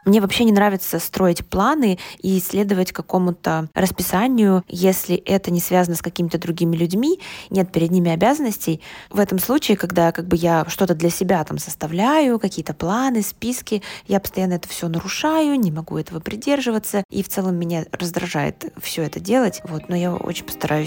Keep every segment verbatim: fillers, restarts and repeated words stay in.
Мне вообще не нравится строить планы и следовать какому-то расписанию, если это не связано с какими-то другими людьми, нет перед ними обязанностей. В этом случае, когда как бы я что-то для себя там составляю, какие-то планы, списки, я постоянно это все нарушаю, не могу этого придерживаться, и в целом меня раздражает все это делать. Вот, но я очень постараюсь.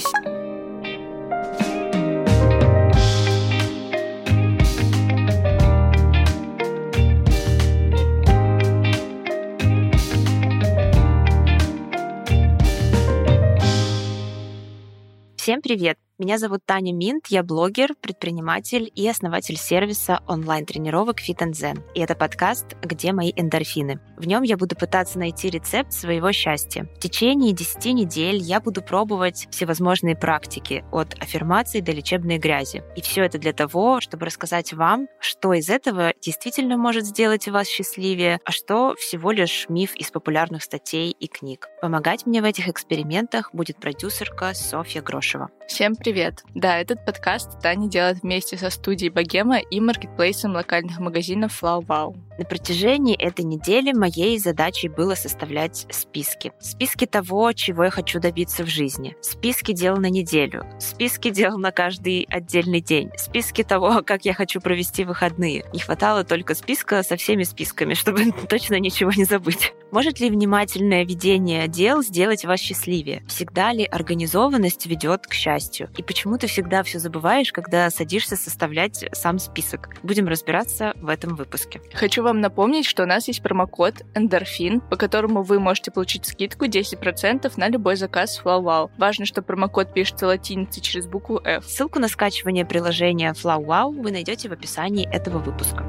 Всем привет! Меня зовут Таня Минт, я блогер, предприниматель и основатель сервиса онлайн-тренировок Fit and Zen. И это подкаст «Где мои эндорфины?». В нем я буду пытаться найти рецепт своего счастья. В течение десяти недель я буду пробовать всевозможные практики, от аффирмаций до лечебной грязи. И все это для того, чтобы рассказать вам, что из этого действительно может сделать вас счастливее, а что всего лишь миф из популярных статей и книг. Помогать мне в этих экспериментах будет продюсерка Софья Грошева. Всем привет! Да, этот подкаст Таня делает вместе со студией Богема и маркетплейсом локальных магазинов Flow Wow. На протяжении этой недели моей задачей было составлять списки. Списки того, чего я хочу добиться в жизни. Списки дел на неделю. Списки дел на каждый отдельный день. Списки того, как я хочу провести выходные. Не хватало только списка со всеми списками, чтобы точно ничего не забыть. Может ли внимательное ведение дел сделать вас счастливее? Всегда ли организованность ведет к счастью? И почему ты всегда все забываешь, когда садишься составлять сам список? Будем разбираться в этом выпуске. Хочу вам напомнить, что у нас есть промокод эндорфин, по которому вы можете получить скидку десять процентов на любой заказ Flow Wow. Важно, что промокод пишется латиницей через букву F. Ссылку на скачивание приложения Flow Wow вы найдете в описании этого выпуска.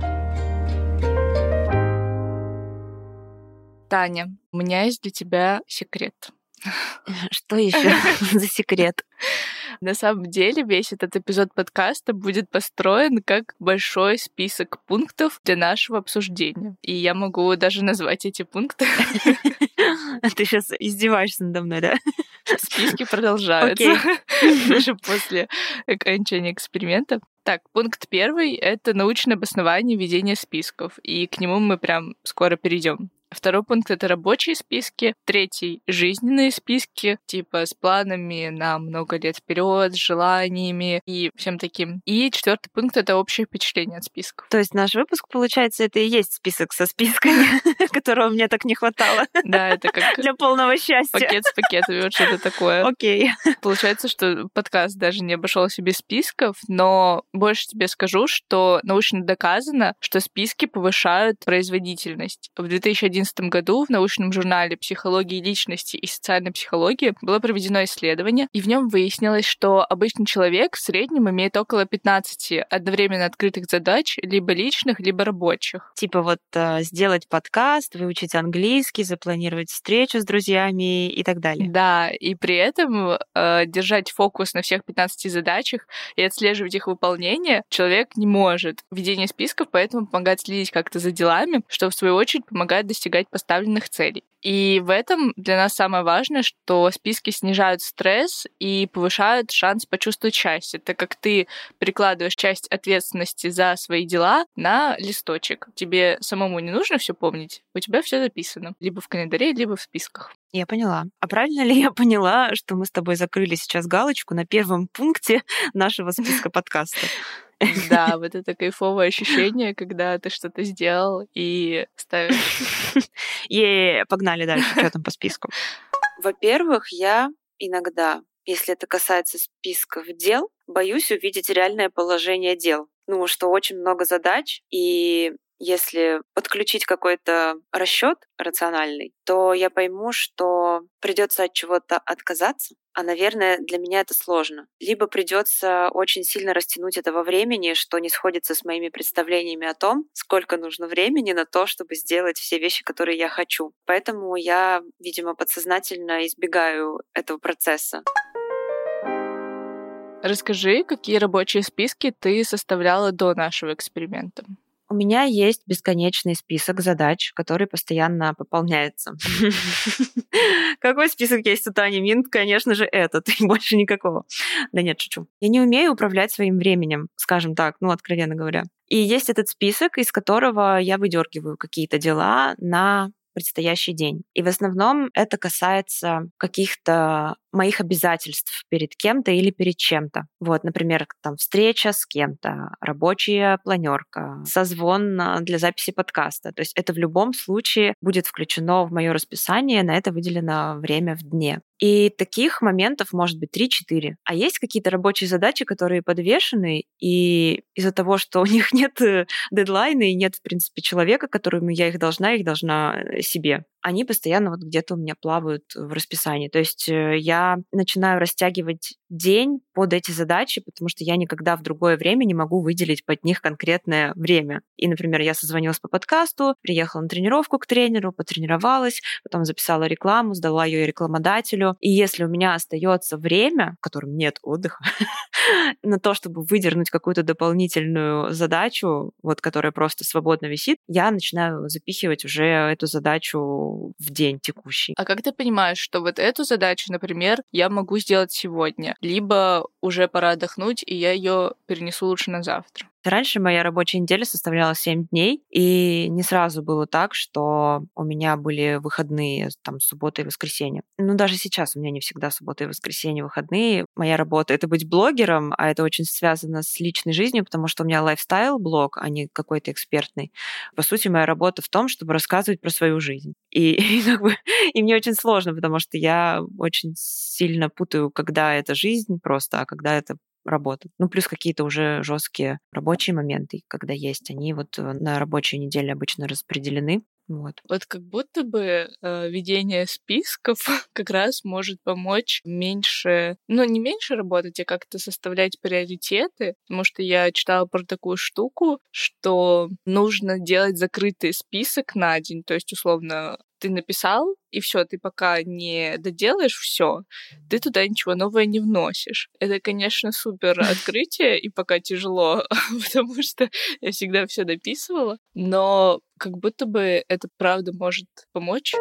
Таня, у меня есть для тебя секрет. Что еще за секрет? На самом деле весь этот эпизод подкаста будет построен как большой список пунктов для нашего обсуждения. И я могу даже назвать эти пункты. Ты сейчас издеваешься надо мной, да? Списки продолжаются даже после окончания эксперимента. Так, пункт первый — это научное обоснование ведения списков, и к нему мы прям скоро перейдем. Второй пункт — это рабочие списки. Третий — жизненные списки, типа с планами на много лет вперед, с желаниями и всем таким. И четвертый пункт — это общее впечатление от списков. То есть наш выпуск, получается, это и есть список со списками, которого мне так не хватало. Да, это как для полного счастья. Пакет с пакетами, вот что-то такое. Окей. Получается, что подкаст даже не обошелся без списков, но больше тебе скажу, что научно доказано, что списки повышают производительность. В две тысячи одиннадцатом году в научном журнале «Психологии личности и социальной психологии» было проведено исследование, и в нем выяснилось, что обычный человек в среднем имеет около пятнадцати одновременно открытых задач, либо личных, либо рабочих. Типа вот э, сделать подкаст, выучить английский, запланировать встречу с друзьями и так далее. Да, и при этом э, держать фокус на всех пятнадцати задачах и отслеживать их выполнение человек не может. Ведение списков поэтому помогает следить как-то за делами, что в свою очередь помогает достигать поставленных целей. И в этом для нас самое важное, что списки снижают стресс и повышают шанс почувствовать счастье, так как ты перекладываешь часть ответственности за свои дела на листочек. Тебе самому не нужно все помнить, у тебя все записано. Либо в календаре, либо в списках. Я поняла. А правильно ли я поняла, что мы с тобой закрыли сейчас галочку на первом пункте нашего списка подкаста? Да, вот это кайфовое ощущение, когда ты что-то сделал и ставишь. Е, погнали дальше, что там по списку. Во-первых, я иногда, если это касается списков дел, боюсь увидеть реальное положение дел. Ну, что очень много задач, и если подключить какой-то расчет рациональный, то я пойму, что придется от чего-то отказаться, а, наверное, для меня это сложно. Либо придется очень сильно растянуть это во времени, что не сходится с моими представлениями о том, сколько нужно времени на то, чтобы сделать все вещи, которые я хочу. Поэтому я, видимо, подсознательно избегаю этого процесса. Расскажи, какие рабочие списки ты составляла до нашего эксперимента? У меня есть бесконечный список задач, который постоянно пополняется. Какой список есть у Тани Минт? Конечно же, этот, и больше никакого. Да нет, шучу. Я не умею управлять своим временем, скажем так, ну, откровенно говоря. И есть этот список, из которого я выдергиваю какие-то дела на предстоящий день. И в основном это касается каких-то моих обязательств перед кем-то или перед чем-то. Вот, например, там встреча с кем-то, рабочая планерка, созвон для записи подкаста. То есть это в любом случае будет включено в мое расписание, на это выделено время в дне. И таких моментов может быть три-четыре. А есть какие-то рабочие задачи, которые подвешены, и из-за того, что у них нет дедлайна и нет, в принципе, человека, которому я их должна, я их должна себе, они постоянно вот где-то у меня плавают в расписании. То есть я начинаю растягивать день под эти задачи, потому что я никогда в другое время не могу выделить под них конкретное время. И, например, я созвонилась по подкасту, приехала на тренировку к тренеру, потренировалась, потом записала рекламу, сдала ее рекламодателю. И если у меня остается время, в котором нет отдыха, на то, чтобы выдернуть какую-то дополнительную задачу, вот, которая просто свободно висит, я начинаю запихивать уже эту задачу в день текущий. А как ты понимаешь, что вот эту задачу, например, я могу сделать сегодня, либо уже пора отдохнуть, и я ее перенесу лучше на завтра? Раньше моя рабочая неделя составляла семь дней, и не сразу было так, что у меня были выходные, там, суббота и воскресенье. Ну, даже сейчас у меня не всегда суббота и воскресенье выходные. Моя работа — это быть блогером, а это очень связано с личной жизнью, потому что у меня лайфстайл-блог, а не какой-то экспертный. По сути, моя работа в том, чтобы рассказывать про свою жизнь. И, и, как бы, и мне очень сложно, потому что я очень сильно путаю, когда это жизнь просто, а когда это работу. Ну, плюс какие-то уже жесткие рабочие моменты, когда есть, они вот на рабочей неделе обычно распределены. Вот. Вот как будто бы э, ведение списков как раз может помочь меньше, ну, не меньше работать, а как-то составлять приоритеты, потому что я читала про такую штуку, что нужно делать закрытый список на день, то есть, условно, ты написал, и все, ты пока не доделаешь все, ты туда ничего нового не вносишь. Это, конечно, супер открытие, и пока тяжело, потому что я всегда все дописывала, но как будто бы это правда может помочь.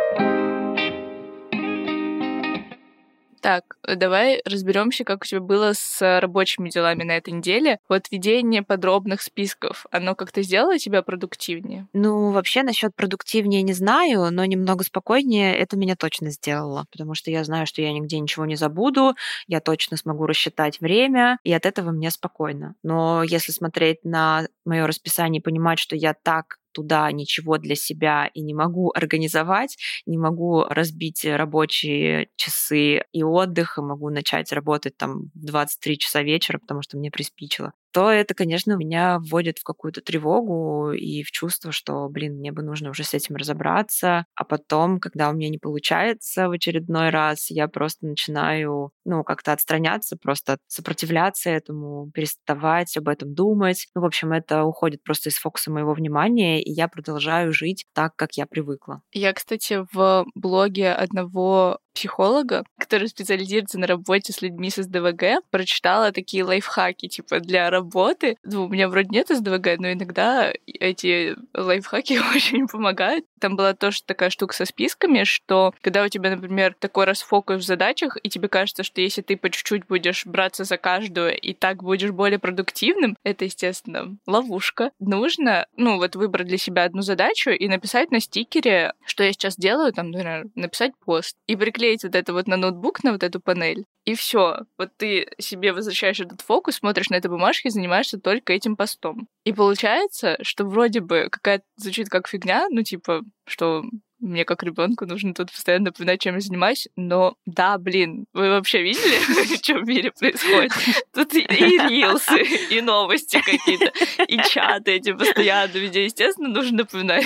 Так, давай разберемся, как у тебя было с рабочими делами на этой неделе. Вот ведение подробных списков, оно как-то сделало тебя продуктивнее? Ну, вообще, насчет продуктивнее не знаю, но немного спокойнее это меня точно сделало, потому что я знаю, что я нигде ничего не забуду, я точно смогу рассчитать время, и от этого мне спокойно. Но если смотреть на мое расписание и понимать, что я так туда ничего для себя и не могу организовать, не могу разбить рабочие часы и отдых, и могу начать работать там в двадцать три часа вечера, потому что мне приспичило, то это, конечно, меня вводит в какую-то тревогу и в чувство, что, блин, мне бы нужно уже с этим разобраться. А потом, когда у меня не получается в очередной раз, я просто начинаю, ну, как-то отстраняться, просто сопротивляться этому, переставать об этом думать. Ну, в общем, это уходит просто из фокуса моего внимания, и я продолжаю жить так, как я привыкла. Я, кстати, в блоге одного психолога, который специализируется на работе с людьми с эс дэ вэ гэ, прочитала такие лайфхаки, типа, для работы. Ну, у меня вроде нет эс дэ вэ гэ, но иногда эти лайфхаки очень помогают. Там была тоже такая штука со списками, что когда у тебя, например, такой расфокус в задачах, и тебе кажется, что если ты по чуть-чуть будешь браться за каждую, и так будешь более продуктивным, это, естественно, ловушка. Нужно, ну, вот выбрать для себя одну задачу и написать на стикере, что я сейчас делаю, там, например, написать пост, и приклеить вот это вот на ноутбук, на вот эту панель, и все. Вот ты себе возвращаешь этот фокус, смотришь на эту бумажку и занимаешься только этим постом. И получается, что вроде бы какая-то звучит как фигня, ну, типа, что мне как ребенку нужно тут постоянно напоминать, чем я занимаюсь, но да, блин, вы вообще видели, что в мире происходит? Тут и рилсы, и новости какие-то, и чаты эти постоянно везде, естественно, нужно напоминать.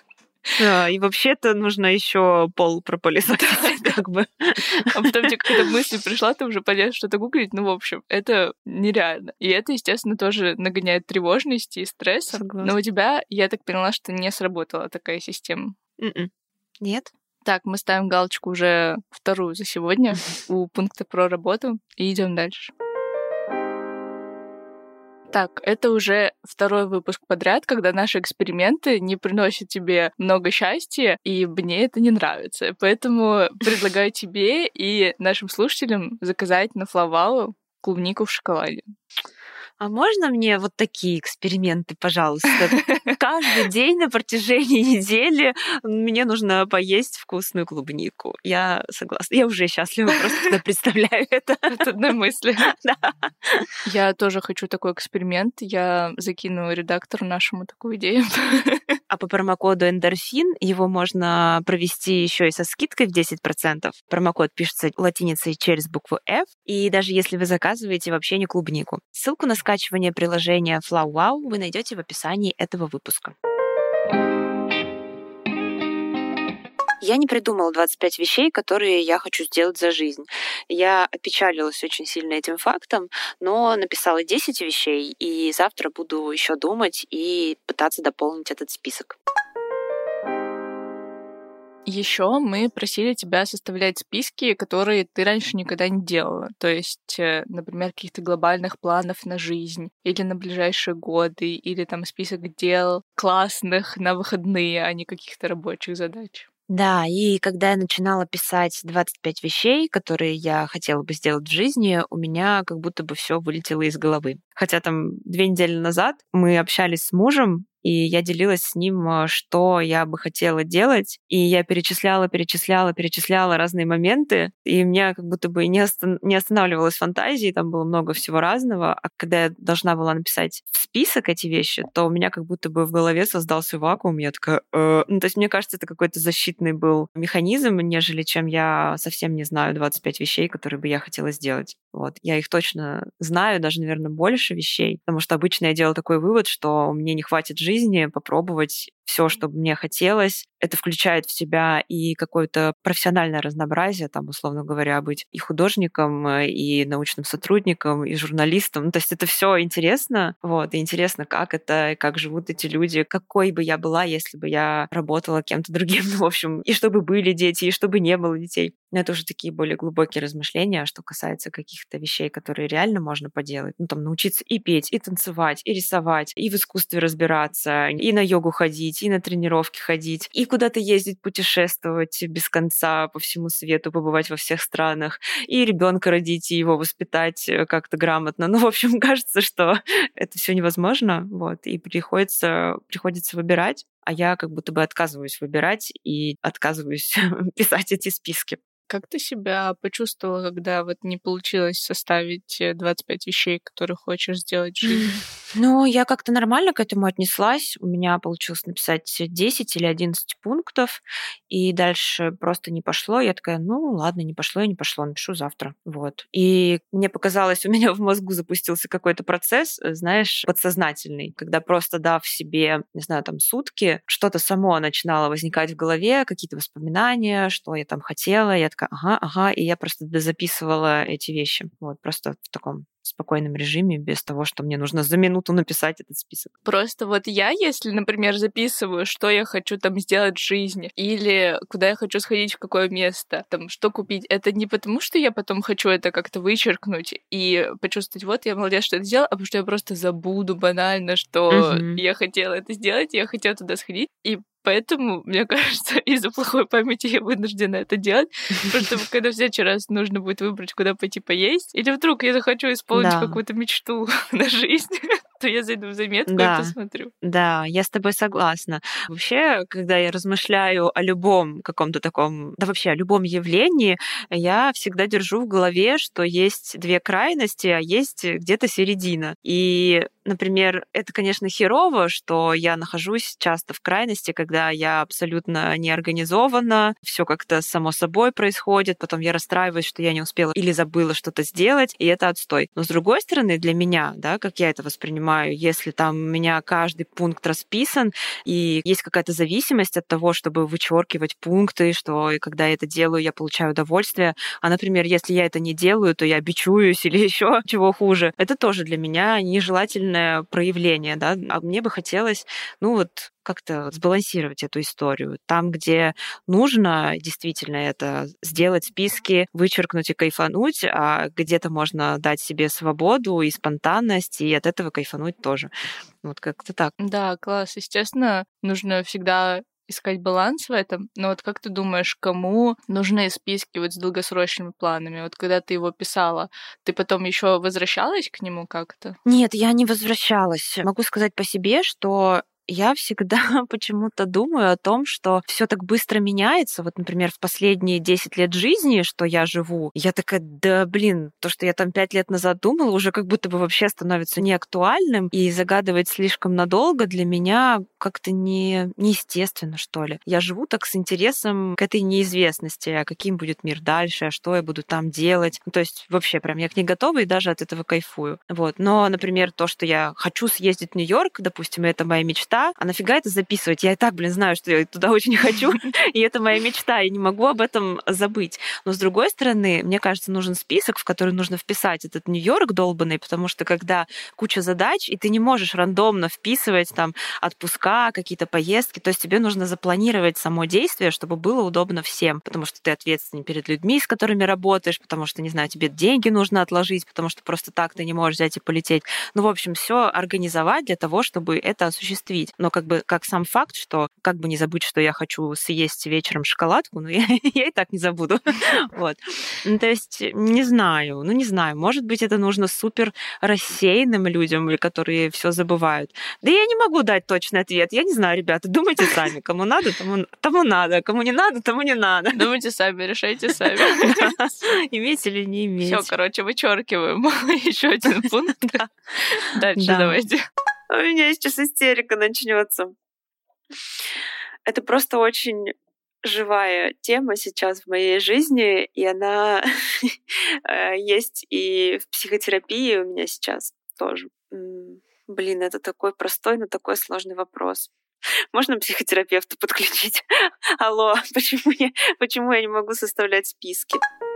Да, и вообще-то нужно еще пол пропылесосить, как бы. А потом тебе какая-то мысль пришла, ты уже полез что-то гуглить. Ну, в общем, это нереально. И это, естественно, тоже нагоняет тревожности и стресса. Согласна. Но у тебя, я так поняла, что не сработала такая система. М-м. Нет. Так, мы ставим галочку уже вторую за сегодня у пункта про работу и идем дальше. Так, это уже второй выпуск подряд, когда наши эксперименты не приносят тебе много счастья, и мне это не нравится. Поэтому предлагаю тебе и нашим слушателям заказать на Флавалу клубнику в шоколаде. А можно мне вот такие эксперименты, пожалуйста? Каждый день на протяжении недели мне нужно поесть вкусную клубнику. Я согласна. Я уже счастлива, просто когда представляю это. От одной мысли. Да. Я тоже хочу такой эксперимент. Я закину редактору нашему такую идею. А по промокоду эндорфин его можно провести еще и со скидкой в десять процентов. Промокод пишется латиницей через букву F. И даже если вы заказываете вообще не клубнику. Ссылку на скачивание приложения FlowWow вы найдете в описании этого выпуска. Я не придумала двадцать пять вещей, которые я хочу сделать за жизнь. Я опечалилась очень сильно этим фактом, но написала десять вещей, и завтра буду еще думать и пытаться дополнить этот список. Еще мы просили тебя составлять списки, которые ты раньше никогда не делала. То есть, например, каких-то глобальных планов на жизнь или на ближайшие годы, или там список дел классных на выходные, а не каких-то рабочих задач. Да, и когда я начинала писать двадцать пять вещей, которые я хотела бы сделать в жизни, у меня как будто бы все вылетело из головы. Хотя там две недели назад мы общались с мужем, и я делилась с ним, что я бы хотела делать, и я перечисляла, перечисляла, перечисляла разные моменты, и у меня как будто бы не, остан- не останавливалась фантазия, там было много всего разного, а когда я должна была написать в список эти вещи, то у меня как будто бы в голове создался вакуум, я такая... Э... Ну, то есть мне кажется, это какой-то защитный был механизм, нежели чем я совсем не знаю двадцать пять вещей, которые бы я хотела сделать. Вот. Я их точно знаю, даже, наверное, больше вещей, потому что обычно я делала такой вывод, что мне не хватит жизни попробовать все, что мне хотелось. Это включает в себя и какое-то профессиональное разнообразие, там, условно говоря, быть и художником, и научным сотрудником, и журналистом. Ну, то есть это все интересно, вот, и интересно, как это, как живут эти люди, какой бы я была, если бы я работала кем-то другим, ну, в общем, и чтобы были дети, и чтобы не было детей. Но это уже такие более глубокие размышления, что касается каких-то вещей, которые реально можно поделать. Ну, там, научиться и петь, и танцевать, и рисовать, и в искусстве разбираться, и на йогу ходить, и на тренировки ходить, и куда-то ездить, путешествовать без конца по всему свету, побывать во всех странах, и ребенка родить, и его воспитать как-то грамотно. Ну, в общем, кажется, что это все невозможно, вот, и приходится, приходится выбирать, а я как будто бы отказываюсь выбирать и отказываюсь писать эти списки. Как ты себя почувствовала, когда вот не получилось составить двадцать пять вещей, которые хочешь сделать в жизни? Ну, я как-то нормально к этому отнеслась. У меня получилось написать десять или одиннадцать пунктов, и дальше просто не пошло. Я такая, ну, ладно, не пошло и не пошло, напишу завтра. Вот. И мне показалось, у меня в мозгу запустился какой-то процесс, знаешь, подсознательный, когда просто дав себе, не знаю, там, сутки, что-то само начинало возникать в голове, какие-то воспоминания, что я там хотела. Я такая, ага, ага, и я просто дозаписывала эти вещи. Вот, просто в таком спокойном режиме, без того, что мне нужно за минуту написать этот список. Просто вот я, если, например, записываю, что я хочу там сделать в жизни, или куда я хочу сходить, в какое место, там, что купить, это не потому, что я потом хочу это как-то вычеркнуть и почувствовать, вот, я молодец, что это сделала, а потому что я просто забуду банально, что Мгм. я хотела это сделать, я хотела туда сходить, и поэтому, мне кажется, из-за плохой памяти я вынуждена это делать, потому что когда в следующий раз нужно будет выбрать, куда пойти поесть, или вдруг я захочу исполнить Да. какую-то мечту на жизнь, то я зайду в заметку и Да. посмотрю. Да, я с тобой согласна. Вообще, когда я размышляю о любом каком-то таком, да вообще о любом явлении, я всегда держу в голове, что есть две крайности, а есть где-то середина. И, например, это, конечно, херово, что я нахожусь часто в крайности, когда я абсолютно неорганизована, все как-то само собой происходит, потом я расстраиваюсь, что я не успела или забыла что-то сделать, и это отстой. Но с другой стороны, для меня, да, как я это воспринимаю, если там у меня каждый пункт расписан, и есть какая-то зависимость от того, чтобы вычеркивать пункты, что и когда я это делаю, я получаю удовольствие. А, например, если я это не делаю, то я бичуюсь или еще чего хуже. Это тоже для меня нежелательная индивидуальное проявление, да, а мне бы хотелось, ну вот, как-то сбалансировать эту историю. Там, где нужно действительно это сделать списки, вычеркнуть и кайфануть, а где-то можно дать себе свободу и спонтанность, и от этого кайфануть тоже. Вот как-то так. Да, класс. Естественно, нужно всегда искать баланс в этом. Но вот как ты думаешь, кому нужны списки вот с долгосрочными планами? Вот когда ты его писала, ты потом еще возвращалась к нему как-то? Нет, я не возвращалась. Могу сказать по себе, что я всегда почему-то думаю о том, что все так быстро меняется. Вот, например, в последние десять лет жизни, что я живу, я такая, да блин, то, что я там пять лет назад думала, уже как будто бы вообще становится неактуальным, и загадывать слишком надолго для меня как-то не, неестественно, что ли. Я живу так с интересом к этой неизвестности, а каким будет мир дальше, а что я буду там делать. Ну, то есть вообще прям я к ней готова и даже от этого кайфую. Вот. Но, например, то, что я хочу съездить в Нью-Йорк, допустим, это моя мечта, а нафига это записывать? Я и так, блин, знаю, что я туда очень хочу, и это моя мечта, я не могу об этом забыть. Но, с другой стороны, мне кажется, нужен список, в который нужно вписать этот Нью-Йорк долбанный, потому что когда куча задач, и ты не можешь рандомно вписывать там отпуска, какие-то поездки, то есть тебе нужно запланировать само действие, чтобы было удобно всем, потому что ты ответственен перед людьми, с которыми работаешь, потому что, не знаю, тебе деньги нужно отложить, потому что просто так ты не можешь взять и полететь. Ну, в общем, все организовать для того, чтобы это осуществить. Но как бы как сам факт, что как бы не забыть, что я хочу съесть вечером шоколадку, но я, я и так не забуду. Вот. Ну, то есть, не знаю, ну не знаю, может быть, это нужно супер рассеянным людям, которые все забывают. Да я не могу дать точный ответ. Я не знаю, ребята, думайте сами. Кому надо, тому, тому надо. Кому не надо, тому не надо. Думайте сами, решайте сами. Иметь или не иметь. Все, короче, вычеркиваем. Еще один пункт. Дальше давайте. У меня сейчас истерика начнется. Это просто очень живая тема сейчас в моей жизни, и она есть и в психотерапии у меня сейчас тоже. Блин, это такой простой, но такой сложный вопрос. Можно психотерапевта подключить? Алло, почему я, почему я не могу составлять списки?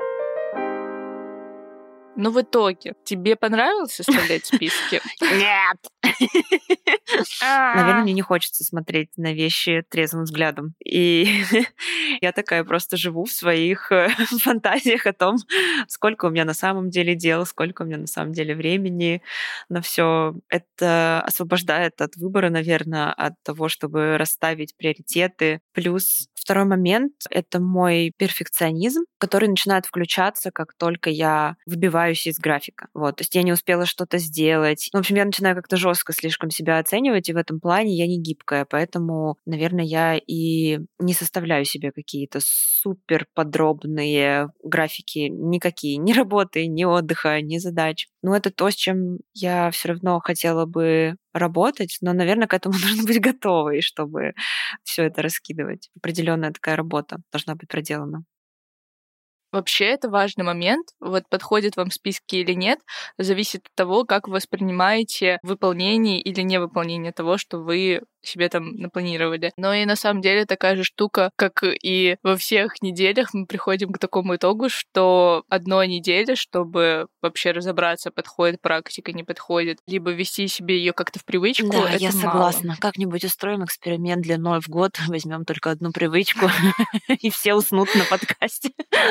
Ну, в итоге, тебе понравилось составлять списки? Нет! Наверное, мне не хочется смотреть на вещи трезвым взглядом. И я такая просто живу в своих фантазиях о том, сколько у меня на самом деле дел, сколько у меня на самом деле времени на все. Это освобождает от выбора, наверное, от того, чтобы расставить приоритеты. Плюс второй момент — это мой перфекционизм, который начинает включаться, как только я выбиваюсь из графика. Вот. То есть я не успела что-то сделать. Ну, в общем, я начинаю как-то жестко слишком себя оценивать, и в этом плане я не гибкая. Поэтому, наверное, я и не составляю себе какие-то супер подробные графики. Никакие. Ни работы, ни отдыха, ни задач. Но это то, с чем я все равно хотела бы работать, но, наверное, к этому нужно быть готовой, чтобы все это раскидывать. Определенная такая работа должна быть проделана. Вообще, это важный момент. Вот подходят вам списки или нет, зависит от того, как вы воспринимаете выполнение или невыполнение того, что вы себе там напланировали. Но и на самом деле такая же штука, как и во всех неделях, мы приходим к такому итогу, что одной недели, чтобы вообще разобраться, подходит практика, не подходит, либо ввести себе ее как-то в привычку, да, это я мало. согласна. Как-нибудь устроим эксперимент длиной в год, возьмем только одну привычку, и все уснут на подкасте.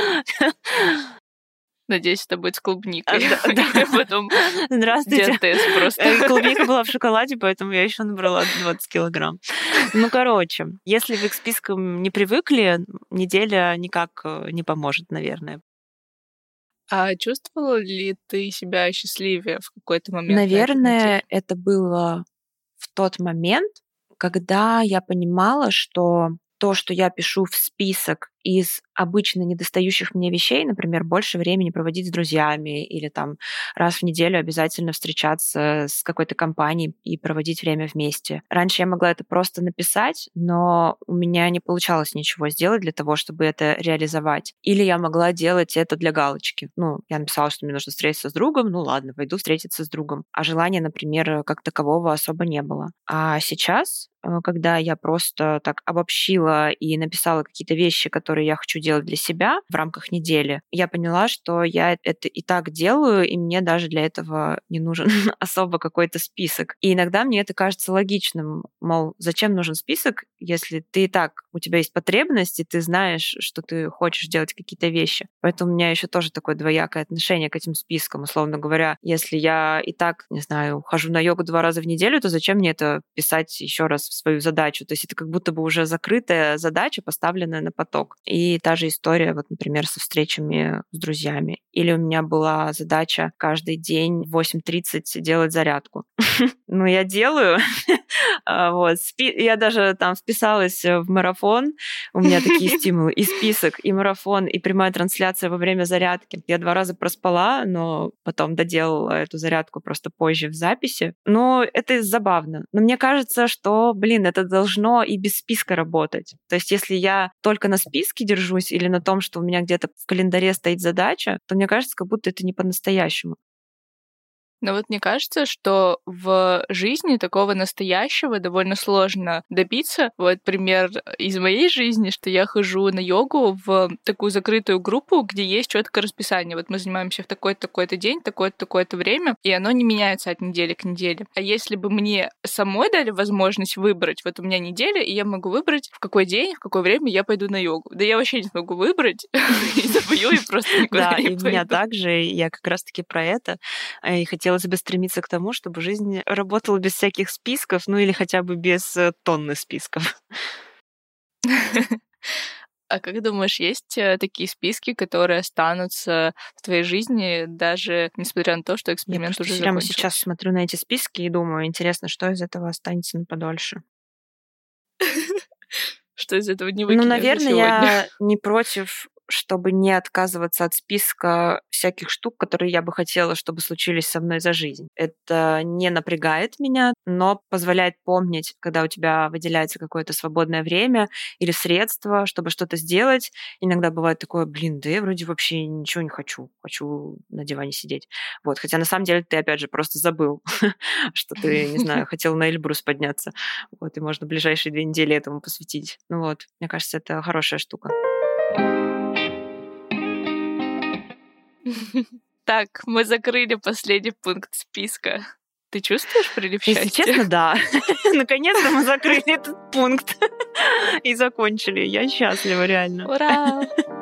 Надеюсь, это будет с клубникой. А, да, да. Потом Здравствуйте. диатез просто. Клубника была в шоколаде, поэтому я еще набрала двадцать килограмм. Ну, короче, если вы к спискам не привыкли, неделя никак не поможет, наверное. А чувствовала ли ты себя счастливее в какой-то момент? Наверное, это было в тот момент, когда я понимала, что то, что я пишу в список из обычно недостающих мне вещей, например, больше времени проводить с друзьями или там раз в неделю обязательно встречаться с какой-то компанией и проводить время вместе. Раньше я могла это просто написать, но у меня не получалось ничего сделать для того, чтобы это реализовать. Или я могла делать это для галочки. Ну, я написала, что мне нужно встретиться с другом, ну ладно, пойду встретиться с другом. А желания, например, как такового особо не было. А сейчас, когда я просто так обобщила и написала какие-то вещи, которые которые я хочу делать для себя в рамках недели, я поняла, что я это и так делаю, и мне даже для этого не нужен особо какой-то список. И иногда мне это кажется логичным, мол, зачем нужен список, если ты и так, у тебя есть потребность, и ты знаешь, что ты хочешь делать какие-то вещи. Поэтому у меня еще тоже такое двоякое отношение к этим спискам. Условно говоря, если я и так, не знаю, хожу на йогу два раза в неделю, то зачем мне это писать еще раз в свою задачу? То есть это как будто бы уже закрытая задача, поставленная на поток. И та же история, вот, например, со встречами с друзьями. Или у меня была задача каждый день в восемь тридцать делать зарядку. Ну, я делаю. Вот. Я даже там вписалась в марафон. У меня такие стимулы. И список, и марафон, и прямая трансляция во время зарядки. Я два раза проспала, но потом доделала эту зарядку просто позже в записи. Но это забавно. Но мне кажется, что, блин, это должно и без списка работать. То есть если я только на списке держусь или на том, что у меня где-то в календаре стоит задача, то мне кажется, как будто это не по-настоящему. Но вот мне кажется, что в жизни такого настоящего довольно сложно добиться. Вот пример из моей жизни, что я хожу на йогу в такую закрытую группу, где есть четкое расписание. Вот мы занимаемся в такой-то, такой-то день, такое-то, такое-то время, и оно не меняется от недели к неделе. А если бы мне самой дали возможность выбрать, вот у меня неделя, и я могу выбрать, в какой день, в какое время я пойду на йогу. Да я вообще не смогу выбрать, и забою, и просто никуда не пойду. Да, и у меня также, я как раз-таки про это, и хотела бы стремиться к тому, чтобы жизнь работала без всяких списков, ну или хотя бы без тонны списков. А как думаешь, есть такие списки, которые останутся в твоей жизни, даже несмотря на то, что эксперимент уже закончился? Я сейчас смотрю на эти списки и думаю, интересно, что из этого останется на подольше. Что из этого не выкинешь Ну, наверное, сегодня? Я не против, чтобы не отказываться от списка всяких штук, которые я бы хотела, чтобы случились со мной за жизнь. Это не напрягает меня, но позволяет помнить, когда у тебя выделяется какое-то свободное время или средства, чтобы что-то сделать. Иногда бывает такое, блин, да я вроде вообще ничего не хочу, хочу на диване сидеть. Вот. Хотя на самом деле ты, опять же, просто забыл, что ты, не знаю, хотел на Эльбрус подняться. Вот, и можно ближайшие две недели этому посвятить. Ну вот, мне кажется, это хорошая штука. Так, мы закрыли последний пункт списка. Ты чувствуешь прилив счастья? Если честно, да. Наконец-то мы закрыли этот пункт и закончили. Я счастлива, реально. Ура!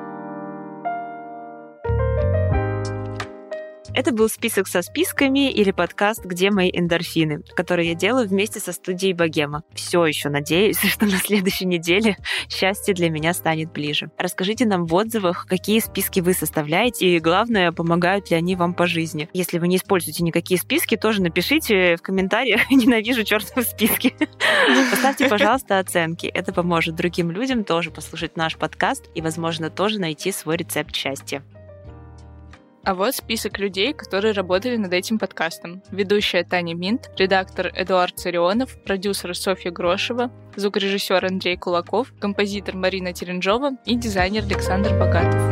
Это был список со списками или подкаст «Где мои эндорфины», который я делаю вместе со студией Богема. Все еще надеюсь, что на следующей неделе счастье для меня станет ближе. Расскажите нам в отзывах, какие списки вы составляете, и главное, помогают ли они вам по жизни. Если вы не используете никакие списки, тоже напишите в комментариях «Ненавижу чертовы списки». Поставьте, пожалуйста, оценки. Это поможет другим людям тоже послушать наш подкаст и, возможно, тоже найти свой рецепт счастья. А вот список людей, которые работали над этим подкастом. Ведущая Таня Минт, редактор Эдуард Царионов, продюсер Софья Грошева, звукорежиссер Андрей Кулаков, композитор Марина Теренжова и дизайнер Александр Богатов.